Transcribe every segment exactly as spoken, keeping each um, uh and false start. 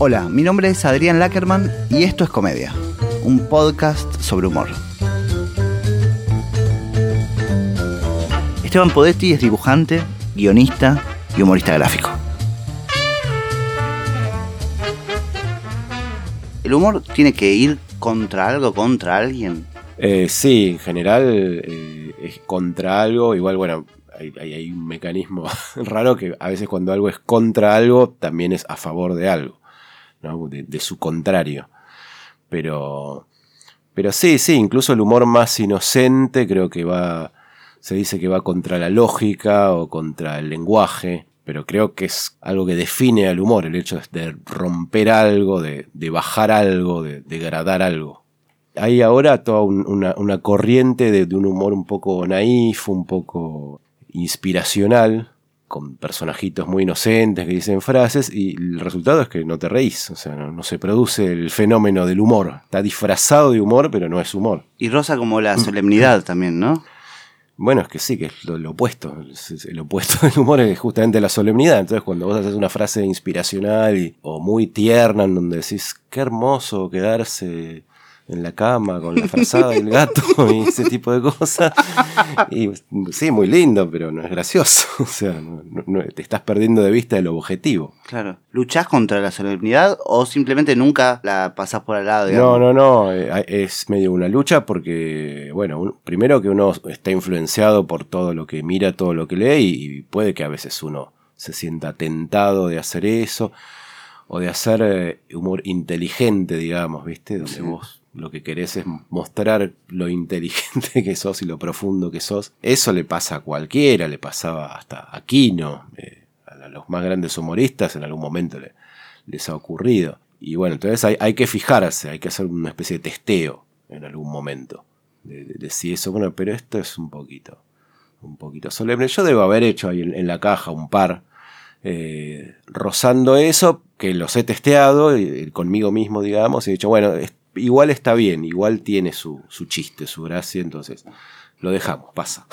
Hola, mi nombre es Adrián Lackerman y esto es Comedia, un podcast sobre humor. Esteban Podetti es dibujante, guionista y humorista gráfico. ¿El humor tiene que ir contra algo, contra alguien? Eh, sí, en general eh, es contra algo. Igual, bueno, hay, hay, hay un mecanismo raro que a veces cuando algo es contra algo, también es a favor de algo, ¿no? De, de su contrario. Pero, pero sí, sí, incluso el humor más inocente creo que va, se dice que va contra la lógica o contra el lenguaje. Pero creo que es algo que define al humor, el hecho de romper algo, de, de bajar algo, de degradar algo. Hay ahora toda un, una, una corriente de, de un humor un poco naif, un poco inspiracional, con personajitos muy inocentes que dicen frases, y el resultado es que no te reís, o sea, no, no se produce el fenómeno del humor. Está disfrazado de humor, pero no es humor. Y roza como la solemnidad también, ¿no? Bueno, es que sí, que es lo, lo opuesto. El opuesto del humor es justamente la solemnidad. Entonces, cuando vos haces una frase inspiracional y, o muy tierna, en donde decís, qué hermoso quedarse en la cama con la frazada y el gato y ese tipo de cosas. Y sí, muy lindo, pero no es gracioso. O sea, no, no, te estás perdiendo de vista el objetivo. Claro. ¿Luchás contra la solemnidad o simplemente nunca la pasás por al lado, digamos? No, no, no. Es medio una lucha porque, bueno, un, primero que uno está influenciado por todo lo que mira, todo lo que lee, y, y puede que a veces uno se sienta tentado de hacer eso o de hacer eh, humor inteligente, digamos, ¿viste? Donde sí. Vos lo que querés es mostrar lo inteligente que sos y lo profundo que sos. Eso le pasa a cualquiera, le pasaba hasta a Quino, eh, a los más grandes humoristas en algún momento le, les ha ocurrido. Y bueno, entonces hay, hay que fijarse, hay que hacer una especie de testeo en algún momento. De, de, de si eso, bueno, pero esto es un poquito, un poquito solemne. Yo debo haber hecho ahí en, en la caja un par, eh, rozando eso, que los he testeado eh, conmigo mismo, digamos, y he dicho, bueno, es, igual está bien, igual tiene su, su chiste, su gracia, entonces lo dejamos, pasa.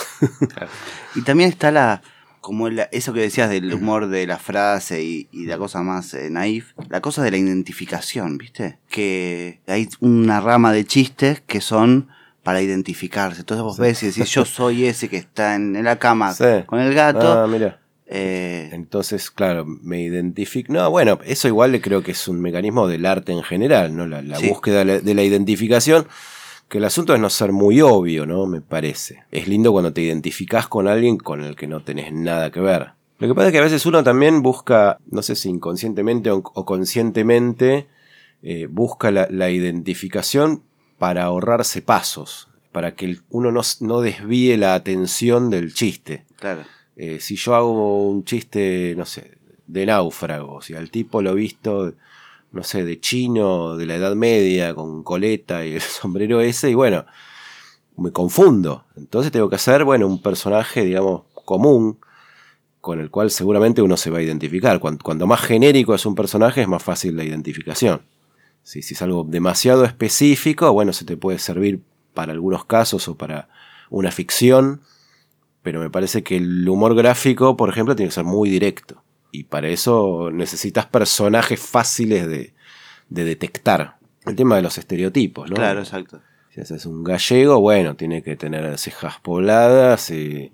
Y también está la, como la, eso que decías del humor de la frase y, y la cosa más eh, naif, la cosa de la identificación, ¿viste? Que hay una rama de chistes que son para identificarse. Entonces vos sí. ves y decís, yo soy ese que está en, en la cama sí. con el gato. Ah, mira. Eh... Entonces, claro, me identifico. No, bueno, eso igual creo que es un mecanismo del arte en general, ¿no? La, la sí. búsqueda de la, de la identificación, que el asunto es no ser muy obvio, ¿no? Me parece. Es lindo cuando te identificás con alguien con el que no tenés nada que ver. Lo que pasa es que a veces uno también busca, no sé si inconscientemente o, o conscientemente, eh, busca la, la identificación para ahorrarse pasos, para que el, uno no, no desvíe la atención del chiste. Claro. Eh, si yo hago un chiste, no sé, de náufragos, y al tipo lo he visto, no sé, de chino, de la Edad Media, con coleta y el sombrero ese, y bueno, me confundo. Entonces tengo que hacer, bueno, un personaje, digamos, común, con el cual seguramente uno se va a identificar. Cuanto, cuanto más genérico es un personaje, es más fácil la identificación. Si, si es algo demasiado específico, bueno, se te puede servir para algunos casos o para una ficción, pero me parece que el humor gráfico, por ejemplo, tiene que ser muy directo. Y para eso necesitas personajes fáciles de, de detectar. El tema de los estereotipos, ¿no? Claro, exacto. Si haces un gallego, bueno, tiene que tener cejas pobladas y,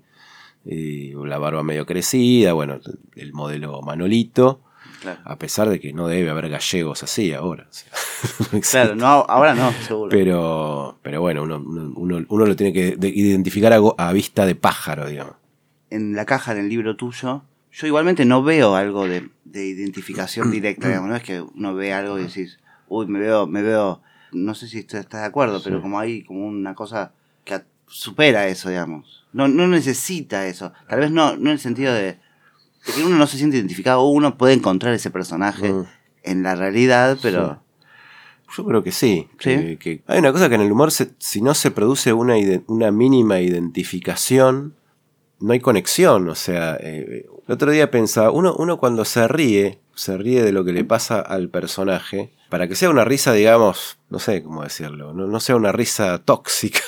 y la barba medio crecida, bueno, el modelo Manolito. Claro. A pesar de que no debe haber gallegos así ahora. O sea, no claro, no, ahora no, seguro. Pero, pero bueno, uno, uno, uno lo tiene que identificar a, a vista de pájaro, digamos. En la caja del libro tuyo, yo igualmente no veo algo de, de identificación directa, digamos. No es que uno ve algo y decís, uy, me veo, me veo, no sé si estás de acuerdo, sí. pero como hay como una cosa que supera eso, digamos. No, no necesita eso. Tal vez no, no en el sentido de que uno no se siente identificado, uno puede encontrar ese personaje mm. en la realidad, pero... Sí. Yo creo que sí. ¿Sí? Que, que hay una cosa que en el humor, se, si no se produce una, una mínima identificación, no hay conexión. O sea, eh, el otro día pensaba, uno, uno cuando se ríe, se ríe de lo que le pasa al personaje, para que sea una risa, digamos, no sé cómo decirlo, no, no sea una risa tóxica.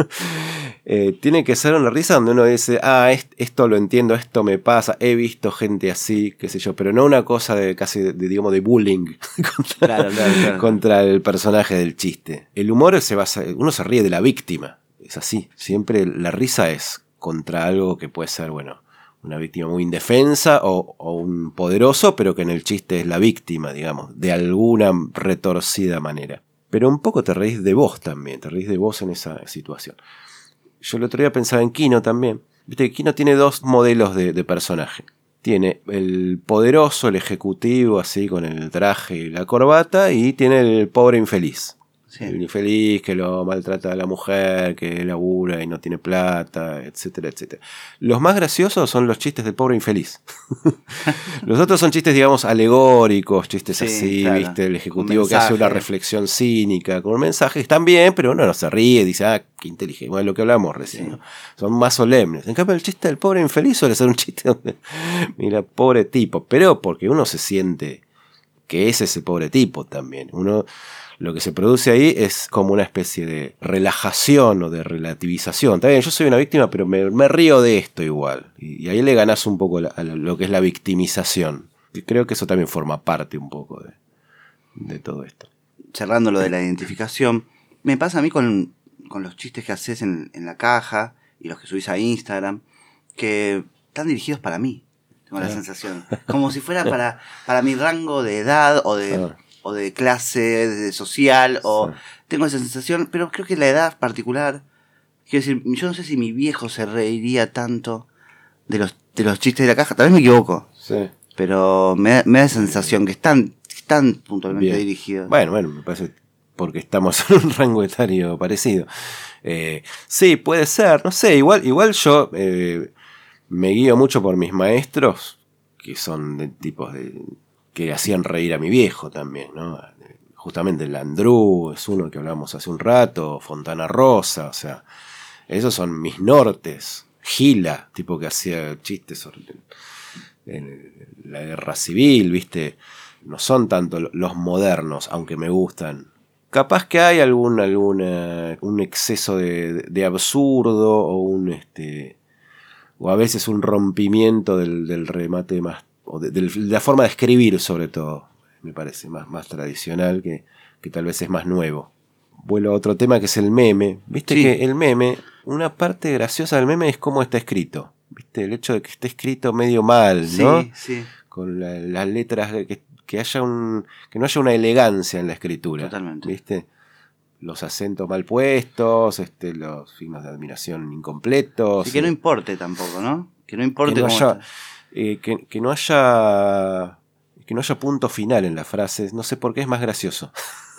eh, tiene que ser una risa donde uno dice, ah, est- esto lo entiendo, esto me pasa, he visto gente así, qué sé yo, pero no una cosa de casi, de, de, digamos, de bullying contra, Claro, claro, claro. contra el personaje del chiste. El humor se basa, uno se ríe de la víctima, es así. Siempre la risa es contra algo que puede ser, bueno, una víctima muy indefensa o, o un poderoso, pero que en el chiste es la víctima, digamos, de alguna retorcida manera. Pero un poco te reís de vos también, te reís de vos en esa situación. Yo el otro día pensaba en Kino también. Viste que Kino tiene dos modelos de, de personaje. Tiene el poderoso, el ejecutivo, así con el traje y la corbata, y tiene el pobre infeliz. Sí. El infeliz que lo maltrata a la mujer, que labura y no tiene plata, etcétera, etcétera. Los más graciosos son los chistes del pobre infeliz. Los otros son chistes, digamos, alegóricos, chistes sí, así, claro. ¿Viste? El ejecutivo que hace una reflexión cínica con un mensaje. Están bien, pero uno no se ríe, dice, ah, qué inteligente. Bueno, lo que hablamos recién, sí. ¿No? Son más solemnes. En cambio, el chiste del pobre infeliz suele ser un chiste donde, mira, pobre tipo. Pero porque uno se siente que es ese pobre tipo también. Uno... Lo que se produce ahí es como una especie de relajación o de relativización. Está bien, yo soy una víctima, pero me, me río de esto igual. Y, y ahí le ganás un poco la, a lo que es la victimización. Y creo que eso también forma parte un poco de, de todo esto. Cerrando lo de la identificación, me pasa a mí con, con los chistes que haces en, en la caja y los que subís a Instagram, que están dirigidos para mí. Tengo la ah. sensación. Como si fuera para, para mi rango de edad o de... Ah. o de clase, de social, o sí. Tengo esa sensación, pero creo que la edad particular, quiero decir, yo no sé si mi viejo se reiría tanto de los, de los chistes de la caja, tal vez me equivoco, sí. Pero me da, me da la sensación que están, están puntualmente Bien. dirigidos. Bueno, bueno, me parece porque estamos en un rango etario parecido. Eh, sí, puede ser, no sé, igual, igual yo eh, me guío mucho por mis maestros, que son de tipos de... que hacían reír a mi viejo también, ¿no? Justamente el Landru es uno que hablamos hace un rato, Fontana Rosa, o sea, esos son mis nortes. Gila, tipo que hacía chistes sobre la guerra civil, ¿viste? No son tanto los modernos, aunque me gustan. Capaz que hay algún, alguna, un exceso de, de absurdo o un este o a veces un rompimiento del, del remate más o de, de la forma de escribir, sobre todo, me parece más, más tradicional que, que tal vez es más nuevo. Vuelvo a otro tema que es el meme. Viste sí. que el meme, una parte graciosa del meme es cómo está escrito. Viste, el hecho de que esté escrito medio mal, ¿no? Sí, sí. Con la, las letras, que, que haya un, que no haya una elegancia en la escritura. Totalmente. ¿Viste? Los acentos mal puestos, este, los signos de admiración incompletos. Y que no importe tampoco, ¿no? Que no importe que no cómo haya, está. Eh, que, que no haya que no haya punto final en las frases, no sé por qué es más gracioso.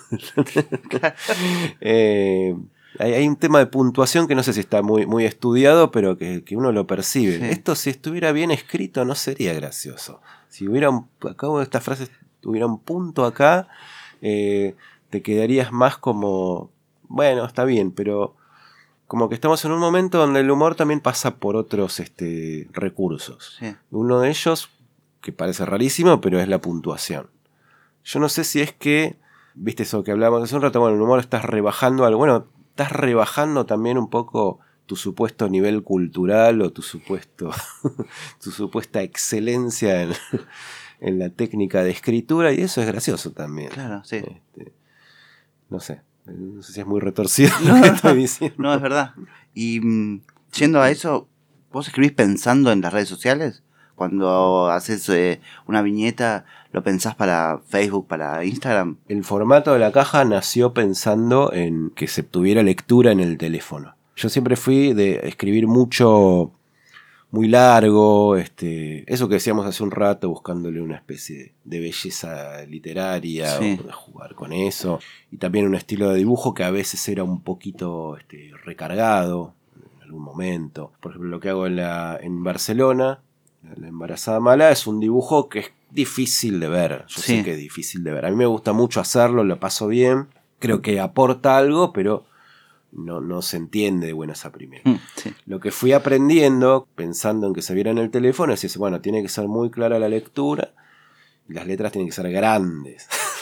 eh, hay, hay un tema de puntuación que no sé si está muy, muy estudiado, pero que, que uno lo percibe. Sí. Esto, si estuviera bien escrito, no sería gracioso. Si hubiera un, acá de estas frases tuviera un punto acá, eh, te quedarías más como, bueno, está bien, pero como que estamos en un momento donde el humor también pasa por otros este, recursos. Sí. Uno de ellos, que parece rarísimo, pero es la puntuación. Yo no sé si es que, viste eso que hablábamos hace un rato, bueno, el humor estás rebajando algo. Bueno, estás rebajando también un poco tu supuesto nivel cultural o tu supuesto tu supuesta excelencia en, en la técnica de escritura, y eso es gracioso también. Claro, sí. Este, no sé. No sé si es muy retorcido no, lo que estoy diciendo. No, es verdad. Y mm, yendo a eso, ¿vos escribís pensando en las redes sociales? Cuando haces eh, una viñeta, ¿lo pensás para Facebook, para Instagram? El formato de la caja nació pensando en que se tuviera lectura en el teléfono. Yo siempre fui de escribir mucho, muy largo, este, eso que decíamos hace un rato, buscándole una especie de belleza literaria, sí. o de jugar con eso, y también un estilo de dibujo que a veces era un poquito este, recargado en algún momento. Por ejemplo, lo que hago en, la, en Barcelona, La embarazada mala, es un dibujo que es difícil de ver. Yo sí. sé que es difícil de ver. A mí me gusta mucho hacerlo, lo paso bien, creo que aporta algo, pero no, no se entiende de buenas a primeras. Mm, sí. Lo que fui aprendiendo, pensando en que se viera en el teléfono, es decir, bueno, tiene que ser muy clara la lectura y las letras tienen que ser grandes.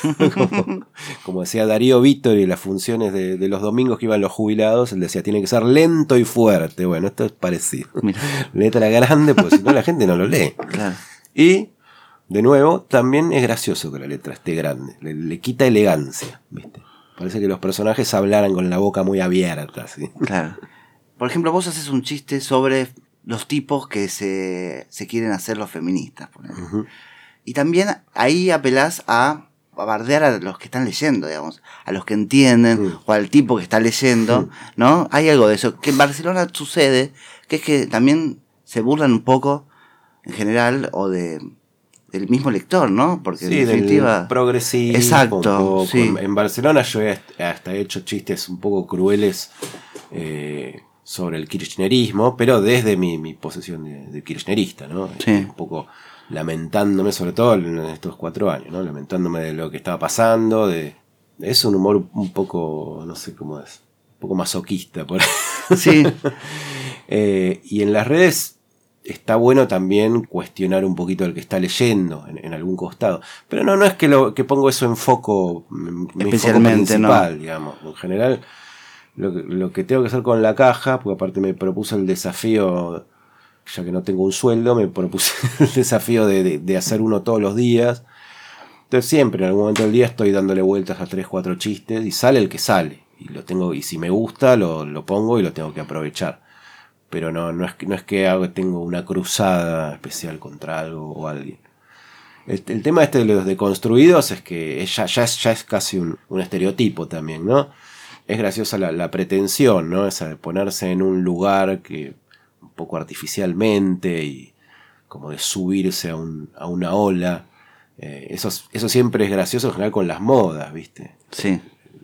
como, como decía Darío Vittori, las funciones de, de los domingos que iban los jubilados, él decía, tiene que ser lento y fuerte. Bueno, esto es parecido. Mira. Letra grande, porque si no la gente no lo lee. Claro. Y, de nuevo, también es gracioso que la letra esté grande. Le, le quita elegancia, ¿viste? Parece que los personajes hablaran con la boca muy abierta, ¿sí? Claro. Por ejemplo, vos haces un chiste sobre los tipos que se, se quieren hacer los feministas. Por ejemplo. Uh-huh. Y también ahí apelás a, a bardear a los que están leyendo, digamos, a los que entienden, uh-huh. o al tipo que está leyendo, uh-huh. ¿no? Hay algo de eso. Que en Barcelona sucede, que es que también se burlan un poco, en general, o de... del mismo lector, ¿no? Porque sí, en definitiva... del progresismo. Exacto, sí. En Barcelona yo he hasta hecho chistes un poco crueles eh, sobre el kirchnerismo, pero desde mi, mi posesión de, de kirchnerista, ¿no? Sí. Un poco lamentándome, sobre todo en estos cuatro años, ¿no? Lamentándome de lo que estaba pasando, de... Es un humor un poco, no sé cómo es, un poco masoquista, por ahí. Sí. eh, y en las redes... Está bueno también cuestionar un poquito al que está leyendo en, en algún costado. Pero no, no es que, lo, que pongo eso en foco, mi foco principal, no. Digamos. En general, lo que, lo que tengo que hacer con la caja, porque aparte me propuse el desafío, ya que no tengo un sueldo, me propuse el desafío de, de, de hacer uno todos los días. Entonces siempre, en algún momento del día, estoy dándole vueltas a tres, cuatro chistes y sale el que sale. Y lo tengo, y si me gusta, lo, lo pongo y lo tengo que aprovechar. Pero no, no es que, no es que hago, tengo una cruzada especial contra algo o alguien. El, el tema este de los deconstruidos es que ya, ya, es, ya es casi un, un estereotipo también, ¿no? Es graciosa la, la pretensión, ¿no? Esa de ponerse en un lugar que un poco artificialmente y como de subirse a, un, a una ola. Eh, eso, eso siempre es gracioso en general con las modas, ¿viste? Sí.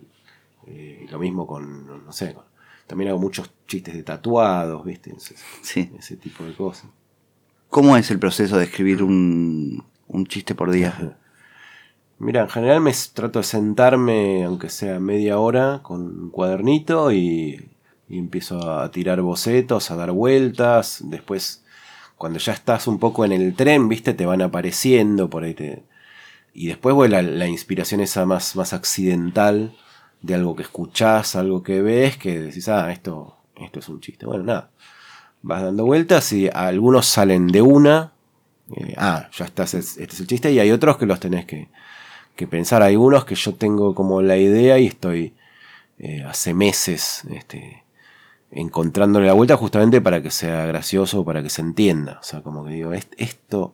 Eh, lo mismo con, no sé, con, también hago muchos chistes de tatuados, ¿viste? Ese, sí. ese tipo de cosas. ¿Cómo es el proceso de escribir un, un chiste por día? Mira, en general me trato de sentarme, aunque sea media hora, con un cuadernito y, y empiezo a tirar bocetos, a dar vueltas. Después, cuando ya estás un poco en el tren, ¿viste? Te van apareciendo por ahí. Te... Y después, bueno, la, la inspiración esa más, más accidental de algo que escuchás, algo que ves, que decís, ah, esto, esto es un chiste. Bueno, nada, vas dando vueltas y algunos salen de una, eh, ah, ya estás, este es el chiste, y hay otros que los tenés que, que pensar. Hay unos que yo tengo como la idea y estoy eh, hace meses este, encontrándole la vuelta justamente para que sea gracioso, para que se entienda. O sea, como que digo, esto,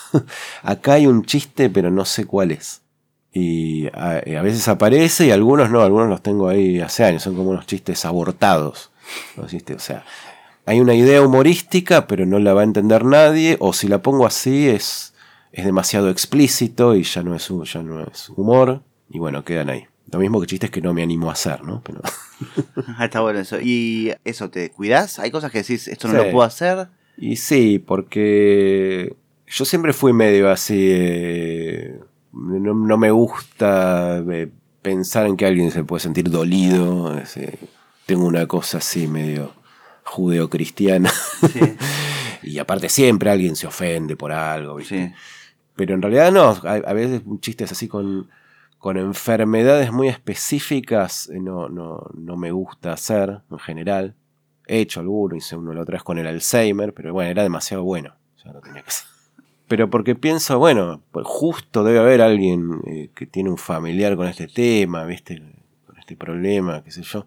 acá hay un chiste, pero no sé cuál es. Y a, a veces aparece y algunos no, algunos los tengo ahí hace años, son como unos chistes abortados, ¿no? O sea, hay una idea humorística pero no la va a entender nadie, o si la pongo así es, es demasiado explícito y ya no es, ya no es humor, y bueno, quedan ahí. Lo mismo que chistes que no me animo a hacer, ¿no? Pero... Está bueno eso. ¿Y eso, te cuidás? ¿Hay cosas que decís, esto no sí. lo puedo hacer? Y sí, porque yo siempre fui medio así... Eh... No, no me gusta eh, pensar en que alguien se puede sentir dolido. Ese, tengo una cosa así medio judeocristiana. Sí. Y aparte siempre alguien se ofende por algo, ¿viste? Sí. Pero en realidad no. A, a veces chistes así con, con enfermedades muy específicas no, no, no me gusta hacer en general. He hecho alguno, hice uno la otra vez con el Alzheimer, pero bueno, era demasiado bueno. O sea, no tenía que ser. Pero porque pienso, bueno, pues justo debe haber alguien eh, que tiene un familiar con este tema, ¿viste? Con este problema, qué sé yo.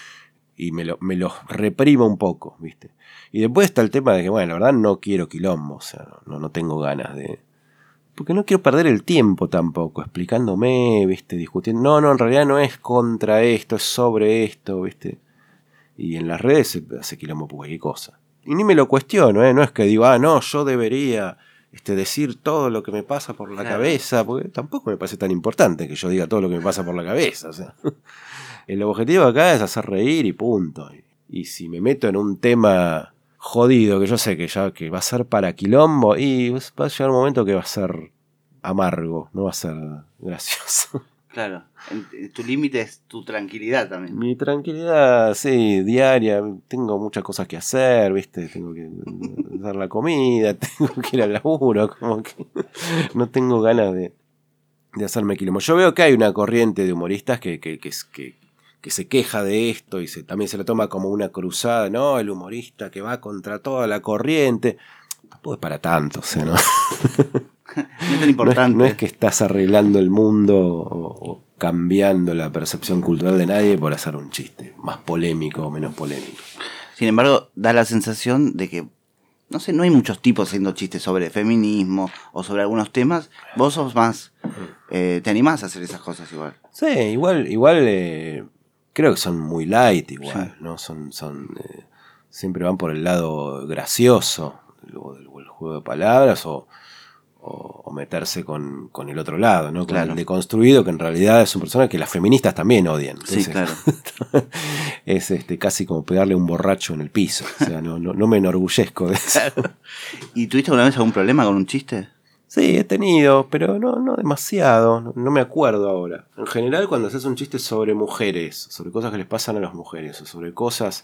Y me lo, me lo reprimo un poco, ¿viste? Y después está el tema de que, bueno, la verdad no quiero quilombo, o sea, no, no tengo ganas de... Porque no quiero perder el tiempo tampoco, explicándome, ¿viste? Discutiendo. No, no, en realidad no es contra esto, es sobre esto, ¿viste? Y en las redes se hace quilombo por cualquier cosa. Y ni me lo cuestiono, ¿eh? No es que digo, ah, no, yo debería... Este, decir todo lo que me pasa por la claro. cabeza, porque tampoco me parece tan importante que yo diga todo lo que me pasa por la cabeza. O sea, el objetivo acá es hacer reír y punto. Y, y si me meto en un tema jodido, que yo sé que ya que va a ser para quilombo, y va a llegar un momento que va a ser amargo, no va a ser gracioso. Claro, tu límite es tu tranquilidad también. Mi tranquilidad, sí, diaria. Tengo muchas cosas que hacer, ¿viste? Tengo que dar la comida, tengo que ir al laburo, como que no tengo ganas de, de hacerme quilombo. Yo veo que hay una corriente de humoristas que, que, que, que, que se queja de esto y se, también se lo toma como una cruzada, ¿no? El humorista que va contra toda la corriente. Tampoco es para tanto, o sea, ¿no? No es tan importante. No es, no es que estás arreglando el mundo o, o cambiando la percepción cultural de nadie por hacer un chiste más polémico o menos polémico. Sin embargo, da la sensación de que, no sé, no hay muchos tipos haciendo chistes sobre feminismo o sobre algunos temas. Vos sos más, eh, te animás a hacer esas cosas igual. Sí, igual, igual eh, creo que son muy light igual, sí. ¿no? Son, son eh, siempre van por el lado gracioso, o el, el juego de palabras, o, o, o meterse con, con el otro lado, ¿no? Con claro. el deconstruido, que en realidad es un personaje que las feministas también odian. Entonces, sí, claro. es este casi como pegarle a un borracho en el piso. O sea, no, no, no me enorgullezco de eso. ¿Y tuviste alguna vez algún problema con un chiste? Sí, he tenido, pero no, no demasiado, no, no me acuerdo ahora. En general, cuando haces un chiste sobre mujeres, sobre cosas que les pasan a las mujeres, o sobre cosas,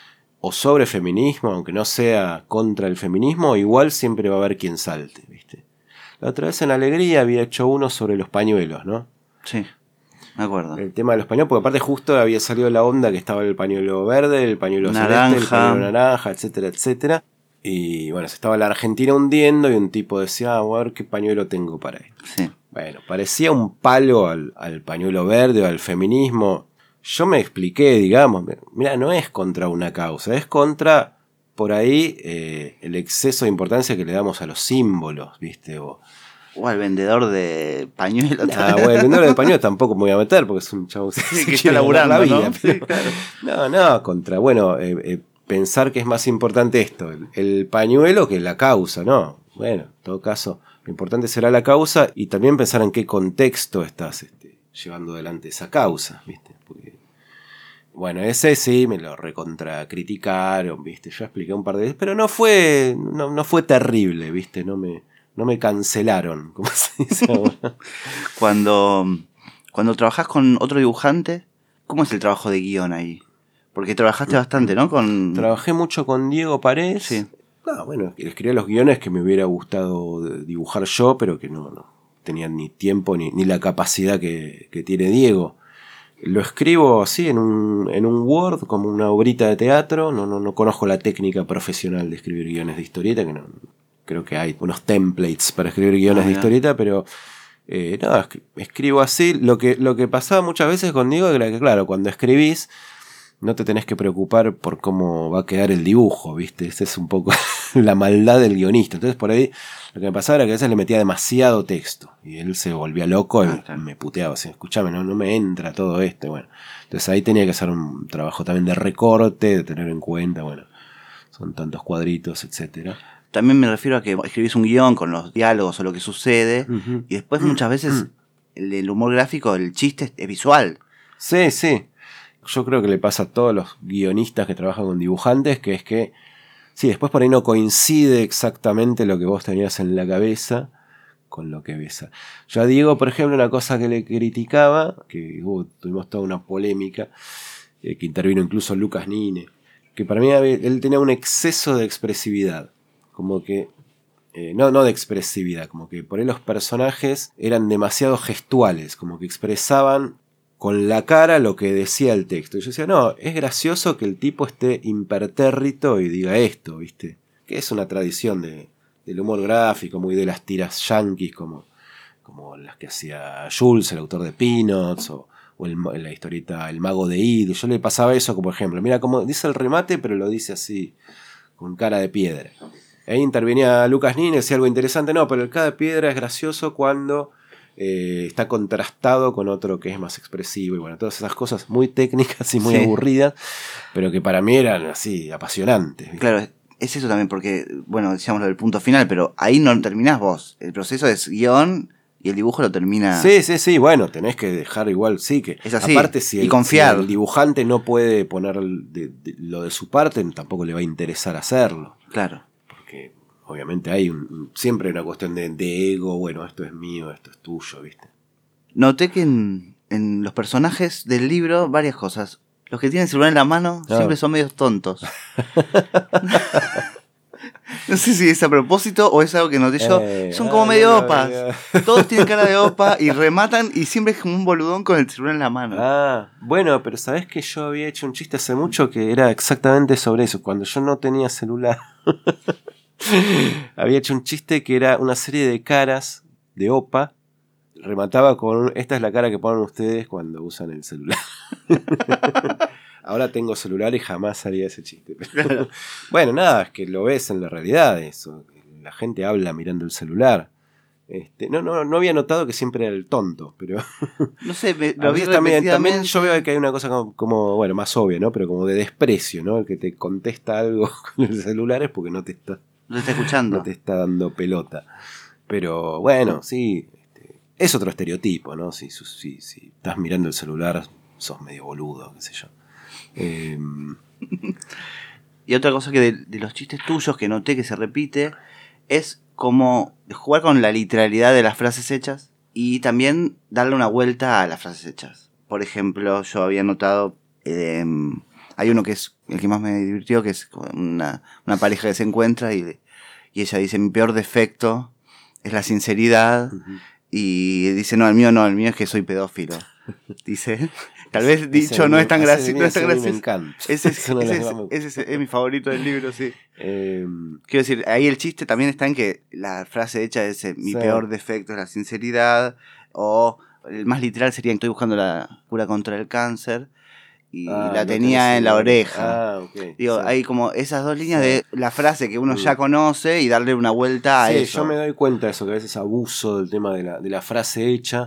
o sobre feminismo, aunque no sea contra el feminismo, igual siempre va a haber quien salte, ¿viste? La otra vez en Alegría había hecho uno sobre los pañuelos, ¿no? Sí, me acuerdo. El tema de los pañuelos, porque aparte justo había salido la onda que estaba el pañuelo verde, el pañuelo naranja. celeste, el pañuelo naranja, etcétera, etcétera. Y bueno, se estaba la Argentina hundiendo y un tipo decía, ah, a ver qué pañuelo tengo para esto. Sí. Bueno, parecía un palo al, al pañuelo verde o al feminismo. Yo me expliqué, digamos, mira, no es contra una causa, es contra, por ahí, eh, el exceso de importancia que le damos a los símbolos, ¿viste? O, o al vendedor de pañuelos. Ah, bueno, el vendedor de pañuelos tampoco me voy a meter porque es un chavo que, sí, que está laburando, la vida. ¿no? Pero, sí, claro. no, no, contra, bueno, eh, eh, pensar que es más importante esto, el, el pañuelo que la causa, ¿no? Bueno, en todo caso, lo importante será la causa y también pensar en qué contexto estás este, llevando adelante esa causa, ¿viste? Porque, bueno, ese sí me lo recontra criticaron, ¿viste? Yo expliqué un par de veces, pero no fue, no, no fue terrible, ¿viste? No me, no me cancelaron, como se dice ahora. Cuando, cuando trabajás con otro dibujante, ¿cómo es el trabajo de guión ahí? Porque trabajaste bastante, ¿no? Con... Trabajé mucho con Diego Parés. Sí. No, bueno, escribía los guiones que me hubiera gustado dibujar yo, pero que no, no tenía ni tiempo ni, ni la capacidad que, que tiene Diego. Lo escribo así en un, en un Word, como una obrita de teatro. No, no, no conozco la técnica profesional de escribir guiones de historieta, que no, creo que hay unos templates para escribir guiones ah, de historieta, pero eh, no, escribo así. Lo que, lo que pasaba muchas veces con Diego era que, claro, cuando escribís, no te tenés que preocupar por cómo va a quedar el dibujo, ¿viste? Esa es un poco la maldad del guionista. Entonces, por ahí, lo que me pasaba era que a veces le metía demasiado texto. Y él se volvía loco y ah, claro. me puteaba. Así, escuchame, no, no me entra todo esto. Bueno, entonces ahí tenía que hacer un trabajo también de recorte, de tener en cuenta, bueno, son tantos cuadritos, etcétera. También me refiero a que escribís un guión con los diálogos o lo que sucede, uh-huh. y después muchas veces uh-huh. el, el humor gráfico, el chiste es visual. Sí, sí. Yo creo que le pasa a todos los guionistas que trabajan con dibujantes, que es que, sí, después por ahí no coincide exactamente lo que vos tenías en la cabeza con lo que ves. Yo a Diego, por ejemplo, una cosa que le criticaba, que uh, tuvimos toda una polémica, eh, que intervino incluso Lucas Nine, que para mí él tenía un exceso de expresividad, como que, eh, no, no de expresividad, como que por ahí los personajes eran demasiado gestuales, como que expresaban con la cara lo que decía el texto. Y yo decía, no, es gracioso que el tipo esté impertérrito y diga esto, ¿viste? Que es una tradición de, del humor gráfico, muy de las tiras yankees, como, como las que hacía Jules, el autor de Peanuts, o, o el, la historieta El Mago de Id. Yo le pasaba eso como ejemplo. Mira, como dice el remate, pero lo dice así, con cara de piedra. Ahí intervenía Lucas Nine, decía algo interesante. No, pero el cara de piedra es gracioso cuando... Eh, está contrastado con otro que es más expresivo y bueno, todas esas cosas muy técnicas y muy sí. aburridas, pero que para mí eran así apasionantes, ¿viste? Claro, es eso también porque, bueno, decíamos lo del punto final, pero ahí no terminás vos, el proceso es guión y el dibujo lo termina. Sí, sí, sí, bueno, tenés que dejar igual, sí, que es así, aparte si el, y confiar. Si el dibujante no puede poner de, de, lo de su parte, tampoco le va a interesar hacerlo. Claro. Porque obviamente hay un, siempre una cuestión de, de ego, bueno, esto es mío, esto es tuyo, ¿viste? Noté que en, en los personajes del libro varias cosas. Los que tienen el celular en la mano ah. siempre son medios tontos. No sé si es a propósito o es algo que noté yo. Eh, Son como ah, medio no, no, opas. no. Todos tienen cara de opa y rematan y siempre es como un boludón con el celular en la mano. Ah, bueno, pero sabés que yo había hecho un chiste hace mucho que era exactamente sobre eso. Cuando yo no tenía celular, había hecho un chiste que era una serie de caras de opa. Remataba con, esta es la cara que ponen ustedes cuando usan el celular. Ahora tengo celular y jamás haría ese chiste. Pero, bueno, nada, es que lo ves en la realidad eso. La gente habla mirando el celular. Este, no, no, no había notado que siempre era el tonto, pero No sé, me, a lo vi veces también, repetidamente. también yo veo que hay una cosa como, como, bueno, más obvia, ¿no? Pero como de desprecio, ¿no? El que te contesta algo con el celular es porque no te está, Lo está escuchando. no te está dando pelota. Pero bueno, sí, este, es otro estereotipo, ¿no? Si, si, si estás mirando el celular, sos medio boludo, qué sé yo. Eh, Y otra cosa que de, de los chistes tuyos que noté que se repite es como jugar con la literalidad de las frases hechas y también darle una vuelta a las frases hechas. Por ejemplo, yo había notado, eh, hay uno que es el que más me divirtió, que es una, una pareja que se encuentra y, y ella dice, mi peor defecto es la sinceridad. Uh-huh. Y dice, no, el mío no, el mío es que soy pedófilo. Dice, tal vez dicho ese no, es tan gracioso, no es tan gracioso. Me encanta. Ese, es, ese, es, ese es, es mi favorito del libro, sí. Eh, Quiero decir, ahí el chiste también está en que la frase hecha es mi sí. peor defecto es la sinceridad, o el más literal sería estoy buscando la cura contra el cáncer y ah, la tenía en la oreja. Ah, okay. Digo, sí. hay como esas dos líneas sí. de la frase que uno mm. ya conoce y darle una vuelta a sí, eso. Yo me doy cuenta de eso, que a veces abuso del tema de la, de la frase hecha.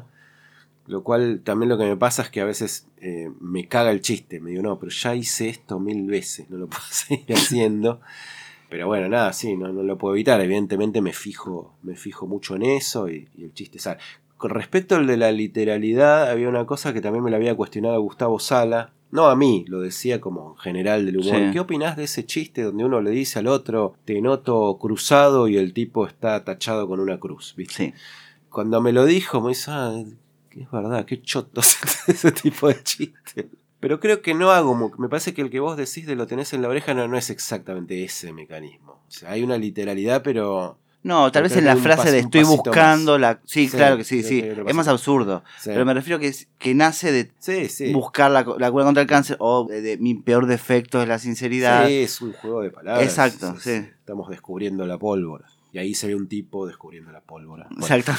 Lo cual también lo que me pasa es que a veces eh, me caga el chiste. Me digo, no, pero ya hice esto mil veces, no lo puedo seguir haciendo. Pero bueno, nada, sí, no, no lo puedo evitar. Evidentemente me fijo, me fijo mucho en eso y, y el chiste sale. Con respecto al de la literalidad, había una cosa que también me la había cuestionado Gustavo Sala. No a mí, lo decía como en general del humor. Sí. ¿Qué opinás de ese chiste donde uno le dice al otro, te noto cruzado y el tipo está tachado con una cruz? ¿Viste? Sí. Cuando me lo dijo, me dice, ah, es verdad, qué choto ese tipo de chiste. Pero creo que no hago, me parece que el que vos decís de lo tenés en la oreja no, no es exactamente ese mecanismo. O sea, hay una literalidad, pero... No, tal vez en la frase paso, de estoy buscando más. la... Sí, sí, claro que sí, sí. Que es más absurdo. Sí. Pero me refiero que, que nace de sí, sí. buscar la, la cura contra el cáncer o de, de mi peor defecto es la sinceridad. Sí, es un juego de palabras. Exacto, sí. sí. Estamos descubriendo la pólvora. Y ahí se ve un tipo descubriendo la pólvora. Bueno. Exacto.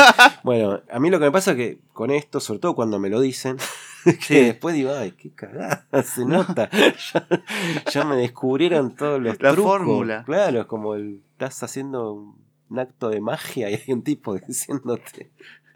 Bueno, a mí lo que me pasa es que con esto, sobre todo cuando me lo dicen, que sí. después digo, ay, qué cagada, se no. nota. ya, ya me descubrieron todos los la trucos. fórmula. Claro, es como el, estás haciendo un acto de magia y hay un tipo diciéndote...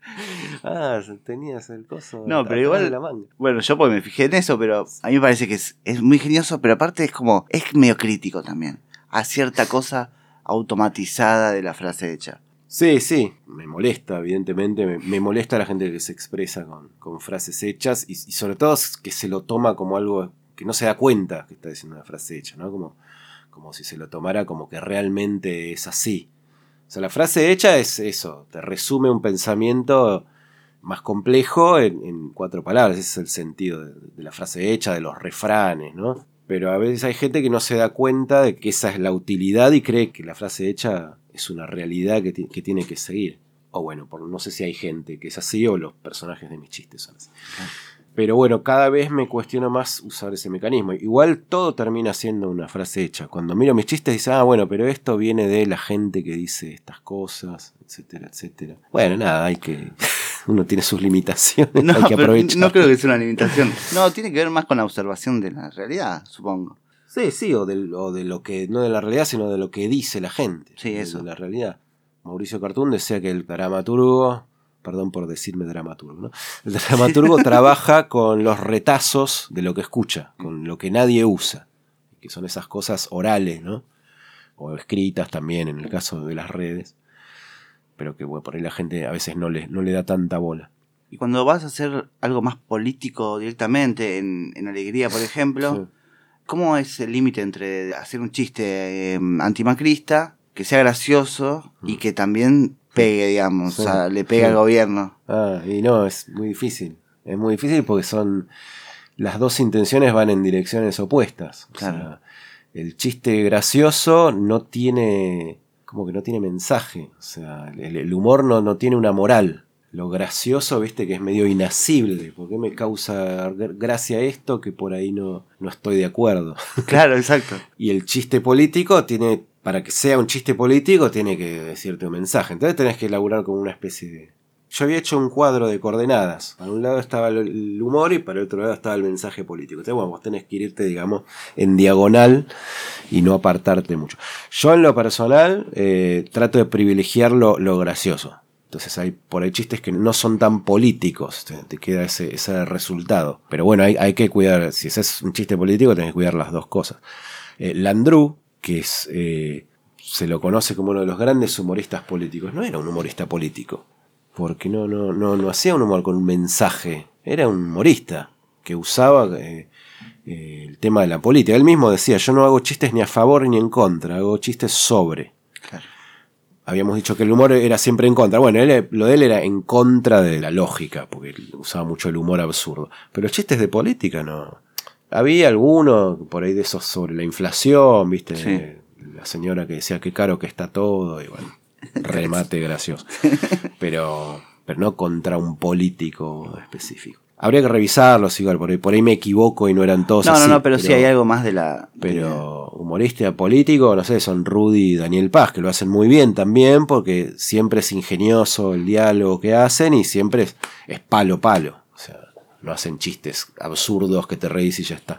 Ah, tenías el coso. No, pero igual. La manga. Bueno, yo porque me fijé en eso, pero a mí me parece que es, es muy ingenioso, pero aparte es como. Es medio crítico también. A cierta cosa automatizada de la frase hecha. Sí, sí, me molesta, evidentemente, me, me molesta la gente que se expresa con, con frases hechas y, y sobre todo que se lo toma como algo que no se da cuenta que está diciendo una frase hecha, ¿no? Como, como si se lo tomara como que realmente es así. O sea, la frase hecha es eso, te resume un pensamiento más complejo en, en cuatro palabras, ese es el sentido de, de la frase hecha, de los refranes, ¿no? Pero a veces hay gente que no se da cuenta de que esa es la utilidad y cree que la frase hecha es una realidad que, t- que tiene que seguir. O bueno, por, no sé si hay gente que es así o los personajes de mis chistes son así. Pero bueno, cada vez me cuestiono más usar ese mecanismo. Igual todo termina siendo una frase hecha. Cuando miro mis chistes dice, ah, bueno, pero esto viene de la gente que dice estas cosas, etcétera, etcétera. Bueno, nada, hay que... Uno tiene sus limitaciones, no, hay que aprovechar. No creo que sea una limitación. No, tiene que ver más con la observación de la realidad, supongo. Sí, sí, o de, o de lo que, no de la realidad, sino de lo que dice la gente. Sí, eso. De la realidad. Mauricio Cartún decía que el dramaturgo, perdón por decirme dramaturgo, ¿no? El dramaturgo trabaja con los retazos de lo que escucha, con lo que nadie usa, que son esas cosas orales, ¿no? O escritas también, en el caso de las redes. Pero que bueno, por ahí la gente a veces no le, no le da tanta bola. Y cuando vas a hacer algo más político directamente, en, en Alegría, por ejemplo, sí. ¿Cómo es el límite entre hacer un chiste eh, antimacrista, que sea gracioso mm. y que también pegue, digamos, sí. o sea, le pegue sí. al gobierno? Ah, y no, es muy difícil. Es muy difícil porque son... Las dos intenciones van en direcciones opuestas. O claro. sea, el chiste gracioso no tiene, como que no tiene mensaje, o sea, el, el humor no, no tiene una moral. Lo gracioso, viste, que es medio inasible. ¿Por qué me causa gracia esto que por ahí no, no estoy de acuerdo? Claro, exacto. Y el chiste político tiene, para que sea un chiste político, tiene que decirte un mensaje. Entonces tenés que elaborar como una especie de... Yo había hecho un cuadro de coordenadas. Para un lado estaba el humor y para el otro lado estaba el mensaje político. Entonces, bueno, vos tenés que irte, digamos, en diagonal y no apartarte mucho. Yo en lo personal eh, trato de privilegiar lo, lo gracioso. Entonces hay por ahí chistes que no son tan políticos, te, te queda ese, ese resultado. Pero bueno, hay, hay que cuidar, si ese es un chiste político, tenés que cuidar las dos cosas. Eh, Landru, que es eh, se lo conoce como uno de los grandes humoristas políticos, no era un humorista político, porque no, no, no, no hacía un humor con un mensaje, era un humorista que usaba eh, eh, el tema de la política. Él mismo decía, yo no hago chistes ni a favor ni en contra, hago chistes sobre. Claro. Habíamos dicho que el humor era siempre en contra. Bueno, él, lo de él era en contra de la lógica, porque él usaba mucho el humor absurdo. Pero los chistes de política no. Había alguno por ahí de esos sobre la inflación, ¿viste? Sí. La señora que decía qué caro que está todo, y bueno, remate gracioso. Pero, pero no contra un político específico. Habría que revisarlos igual, por ahí, por ahí me equivoco y no eran todos no, así. No, no, pero, pero sí hay algo más de la... Pero humorista político, no sé, son Rudy y Daniel Paz, que lo hacen muy bien también, porque siempre es ingenioso el diálogo que hacen y siempre es, es palo palo. O sea, no hacen chistes absurdos que te reís y ya está.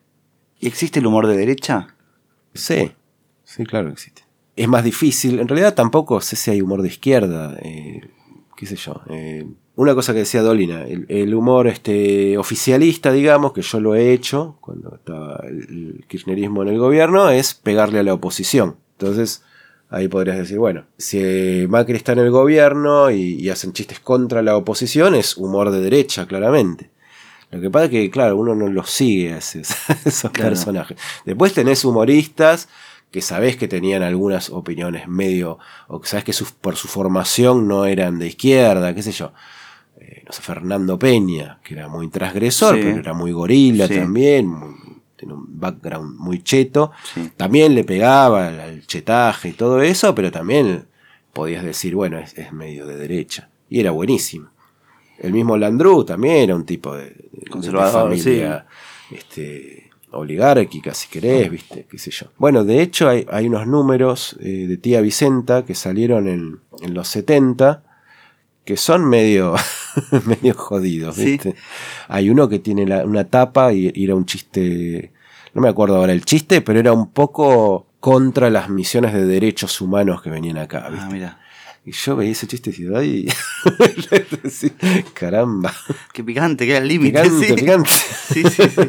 ¿Y existe el humor de derecha? Sí, sí, claro que existe. Es más difícil, en realidad tampoco sé si hay humor de izquierda, eh, qué sé yo, eh, una cosa que decía Dolina, el, el humor este oficialista, digamos, que yo lo he hecho cuando estaba el, el kirchnerismo en el gobierno, es pegarle a la oposición. Entonces, ahí podrías decir, bueno, si Macri está en el gobierno y, y hacen chistes contra la oposición, es humor de derecha, claramente. Lo que pasa es que, claro, uno no los sigue a esos, a esos claro. personajes. Después tenés humoristas que sabés que tenían algunas opiniones medio, o que sabés que su, por su formación no eran de izquierda, qué sé yo. Eh, no sé, Fernando Peña, que era muy transgresor, sí. pero era muy gorila sí. también, muy, tiene un background muy cheto. Sí. También le pegaba al, al chetaje y todo eso, pero también podías decir, bueno, es, es medio de derecha. Y era buenísimo. El mismo Landru también era un tipo de, de, conservador, de familia sí. este, oligárquica, si querés, viste, qué sé yo. Bueno, de hecho hay, hay unos números eh, de Tía Vicenta que salieron en, en los setenta, que son medio, medio jodidos, ¿viste? Sí. Hay uno que tiene la, una tapa y, y era un chiste, no me acuerdo ahora el chiste, pero era un poco contra las misiones de derechos humanos que venían acá, ¿viste? Ah, mira. Y yo veía ese chiste y y caramba. Qué picante, que era el límite. Picante, sí. picante. Sí, sí, sí.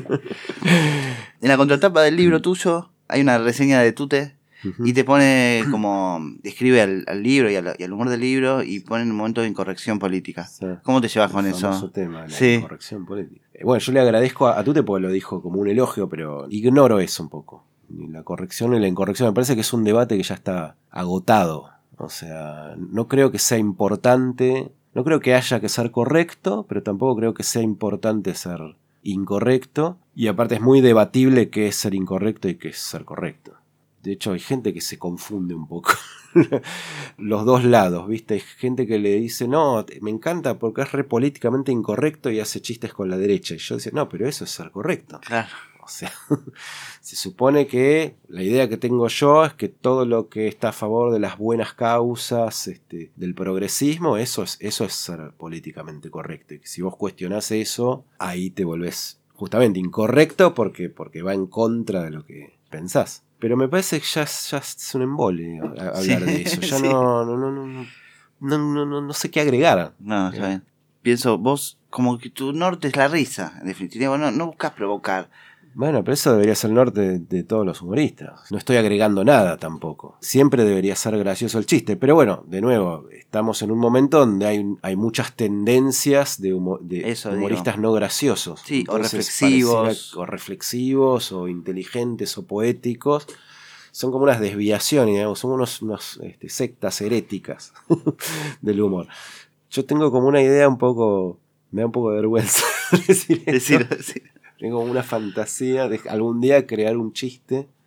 En la contratapa del libro tuyo hay una reseña de Tute. Uh-huh. Y te pone como, describe al, al libro y al, y al humor del libro y pone en un momento de incorrección política. Sí. ¿Cómo te llevas con eso? Tema, la sí. incorrección política. Eh, bueno, yo le agradezco a, a Tute porque lo dijo como un elogio, pero ignoro eso un poco. La corrección y la incorrección me parece que es un debate que ya está agotado. O sea, no creo que sea importante, no creo que haya que ser correcto, pero tampoco creo que sea importante ser incorrecto. Y aparte es muy debatible qué es ser incorrecto y qué es ser correcto. De hecho, hay gente que se confunde un poco. Los dos lados, ¿viste? Hay gente que le dice, no, me encanta porque es re políticamente incorrecto y hace chistes con la derecha. Y yo decía, no, pero eso es ser correcto. Claro. O sea, se supone que la idea que tengo yo es que todo lo que está a favor de las buenas causas, este, del progresismo, eso es, eso es ser políticamente correcto. Y que si vos cuestionás eso, ahí te volvés justamente incorrecto porque, porque va en contra de lo que pensás. Pero me parece que ya, ya es un embole hablar sí, de eso. Ya sí. no, no, no, no, no, no, no, no sé qué agregar. No, está bien. Pienso, vos, como que tu norte es la risa, en definitiva. No, no buscas provocar. Bueno, pero eso debería ser el norte de, de todos los humoristas. No estoy agregando nada tampoco. Siempre debería ser gracioso el chiste. Pero bueno, de nuevo, estamos en un momento donde hay, hay muchas tendencias de, humo, de humoristas digo. no graciosos. Sí, Entonces, o reflexivos. O reflexivos, o inteligentes, o poéticos. Son como unas desviaciones, digamos, son unos, unos este, sectas heréticas del humor. Yo tengo como una idea un poco... Me da un poco de vergüenza decir, decir, decir. Tengo una fantasía de algún día crear un chiste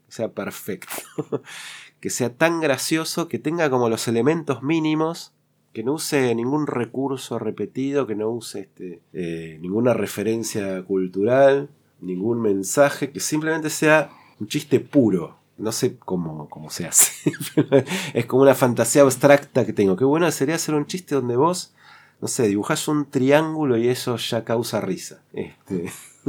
que sea perfecto, que sea tan gracioso, que tenga como los elementos mínimos, que no use ningún recurso repetido, que no use este, eh, ninguna referencia cultural, ningún mensaje, que simplemente sea un chiste puro. No sé cómo, cómo se hace. Es como una fantasía abstracta que tengo. Qué bueno sería hacer un chiste donde vos, no sé, dibujás un triángulo y eso ya causa risa. Este...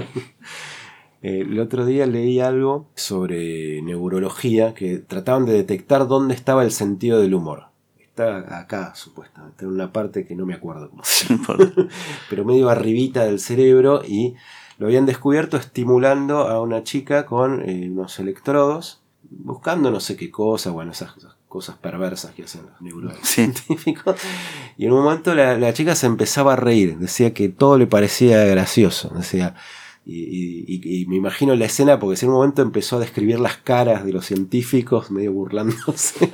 El otro día leí algo sobre neurología, que trataban de detectar dónde estaba el sentido del humor. Está acá, supuestamente, en una parte que no me acuerdo cómo se llama, pero medio arribita del cerebro, y lo habían descubierto estimulando a una chica con eh, unos electrodos, buscando no sé qué cosa, bueno, esas, esas cosas perversas que hacen los neurocientíficos. Sí. Y en un momento la, la chica se empezaba a reír, decía que todo le parecía gracioso, decía... Y, y, y me imagino la escena porque en un momento empezó a describir las caras de los científicos medio burlándose.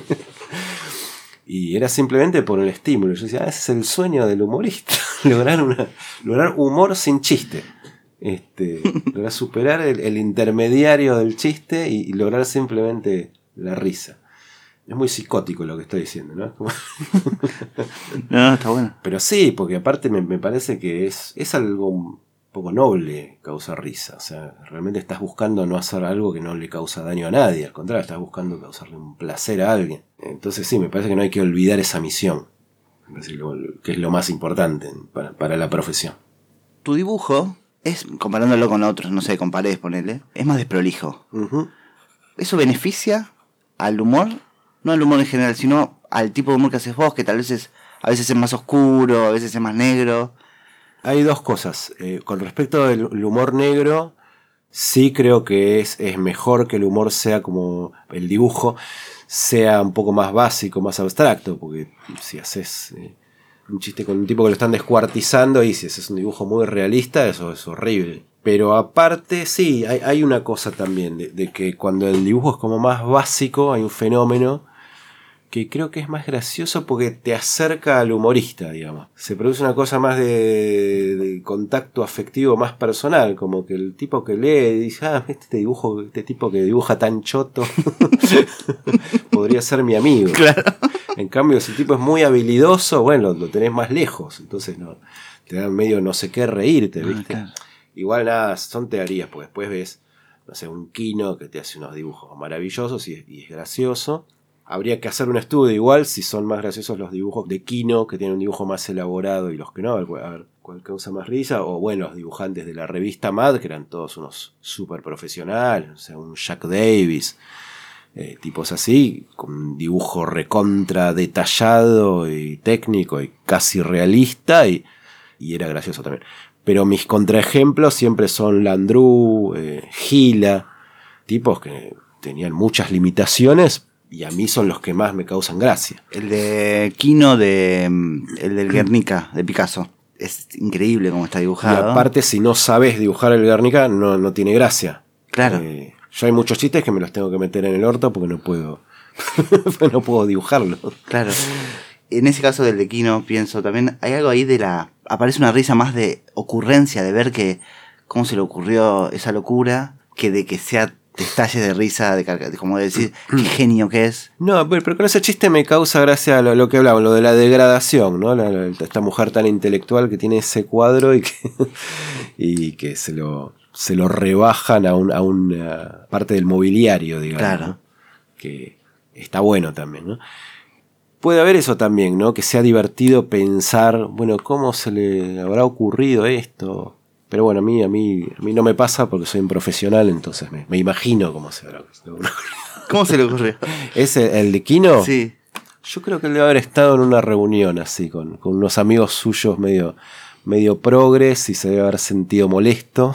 Y era simplemente por el estímulo. Yo decía, ah, ese es el sueño del humorista. lograr, una, lograr humor sin chiste. Este, lograr superar el, el intermediario del chiste y, y lograr simplemente la risa. Es muy psicótico lo que estoy diciendo, ¿no? Como... no, está bueno. Pero sí, porque aparte me, me parece que es, es algo... poco noble causar risa. O sea, realmente estás buscando no hacer algo que no le causa daño a nadie. Al contrario, estás buscando causarle un placer a alguien. Entonces sí, me parece que no hay que olvidar esa misión. Me parece que es lo más importante para, para la profesión. Tu dibujo es, comparándolo con otros, no sé, con Paredes, ponele, es más desprolijo. Uh-huh. ¿Eso beneficia al humor? No al humor en general, sino al tipo de humor que haces vos, que tal vez es, a veces es más oscuro, a veces es más negro. Hay dos cosas. Eh, con respecto al humor negro, sí creo que es, es mejor que el humor sea como el dibujo, sea un poco más básico, más abstracto, porque si haces eh, un chiste con un tipo que lo están descuartizando y si haces un dibujo muy realista, eso es horrible. Pero aparte, sí, hay, hay una cosa también, de, de que cuando el dibujo es como más básico, hay un fenómeno que creo que es más gracioso porque te acerca al humorista, digamos. Se produce una cosa más de, de contacto afectivo más personal, como que el tipo que lee dice, ah, este dibujo, este tipo que dibuja tan choto podría ser mi amigo. Claro. En cambio, si el tipo es muy habilidoso, bueno, lo tenés más lejos, entonces no, te da medio no sé qué reírte, ¿viste? Ah, claro. Igual nada, son teorías, porque después ves, no sé, un Kino que te hace unos dibujos maravillosos y, y es gracioso. Habría que hacer un estudio igual si son más graciosos los dibujos de Kino, que tienen un dibujo más elaborado, y los que no, a ver, a ver cuál causa más risa. O bueno, los dibujantes de la revista Mad, que eran todos unos súper profesionales, o sea, un Jack Davis, eh, tipos así, con un dibujo recontra detallado y técnico y casi realista, y, y era gracioso también. Pero mis contraejemplos siempre son Landru, eh, Gila, tipos que tenían muchas limitaciones, y a mí son los que más me causan gracia. El de Kino, de, el del Guernica, de Picasso. Es increíble cómo está dibujado. Y aparte, si no sabes dibujar el Guernica, no, no tiene gracia. Claro. Eh, yo hay muchos chistes que me los tengo que meter en el orto porque no puedo, no puedo dibujarlo. Claro. En ese caso del de Kino, pienso también, hay algo ahí de la... Aparece una risa más de ocurrencia, de ver que cómo se le ocurrió esa locura, que de que sea... detalles de risa, de, de como de decir qué genio que es. No, pero, pero con ese chiste me causa gracia lo, lo que hablaban, lo de la degradación, ¿no? La, la, esta mujer tan intelectual que tiene ese cuadro y que, y que se lo se lo rebajan a, un, a una parte del mobiliario, digamos. Claro. ¿no? Que está bueno también, ¿no? Puede haber eso también, ¿no? Que sea divertido pensar, bueno, ¿cómo se le habrá ocurrido esto? Pero bueno, a mí, a mí, a mí no me pasa porque soy un profesional, entonces me, me imagino cómo se habrá. ¿Cómo se le ocurrió? ¿Es el, el de Kino? Sí. Yo creo que él debe haber estado en una reunión así, con, con unos amigos suyos medio, medio progres, y se debe haber sentido molesto.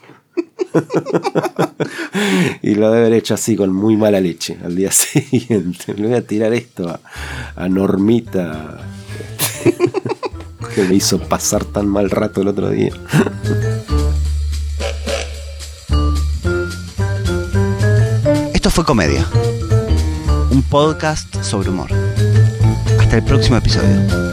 Y lo debe haber hecho así con muy mala leche al día siguiente. Le voy a tirar esto a, a Normita. Que me hizo pasar tan mal rato el otro día. Esto fue Comedia, un podcast sobre humor. Hasta el próximo episodio.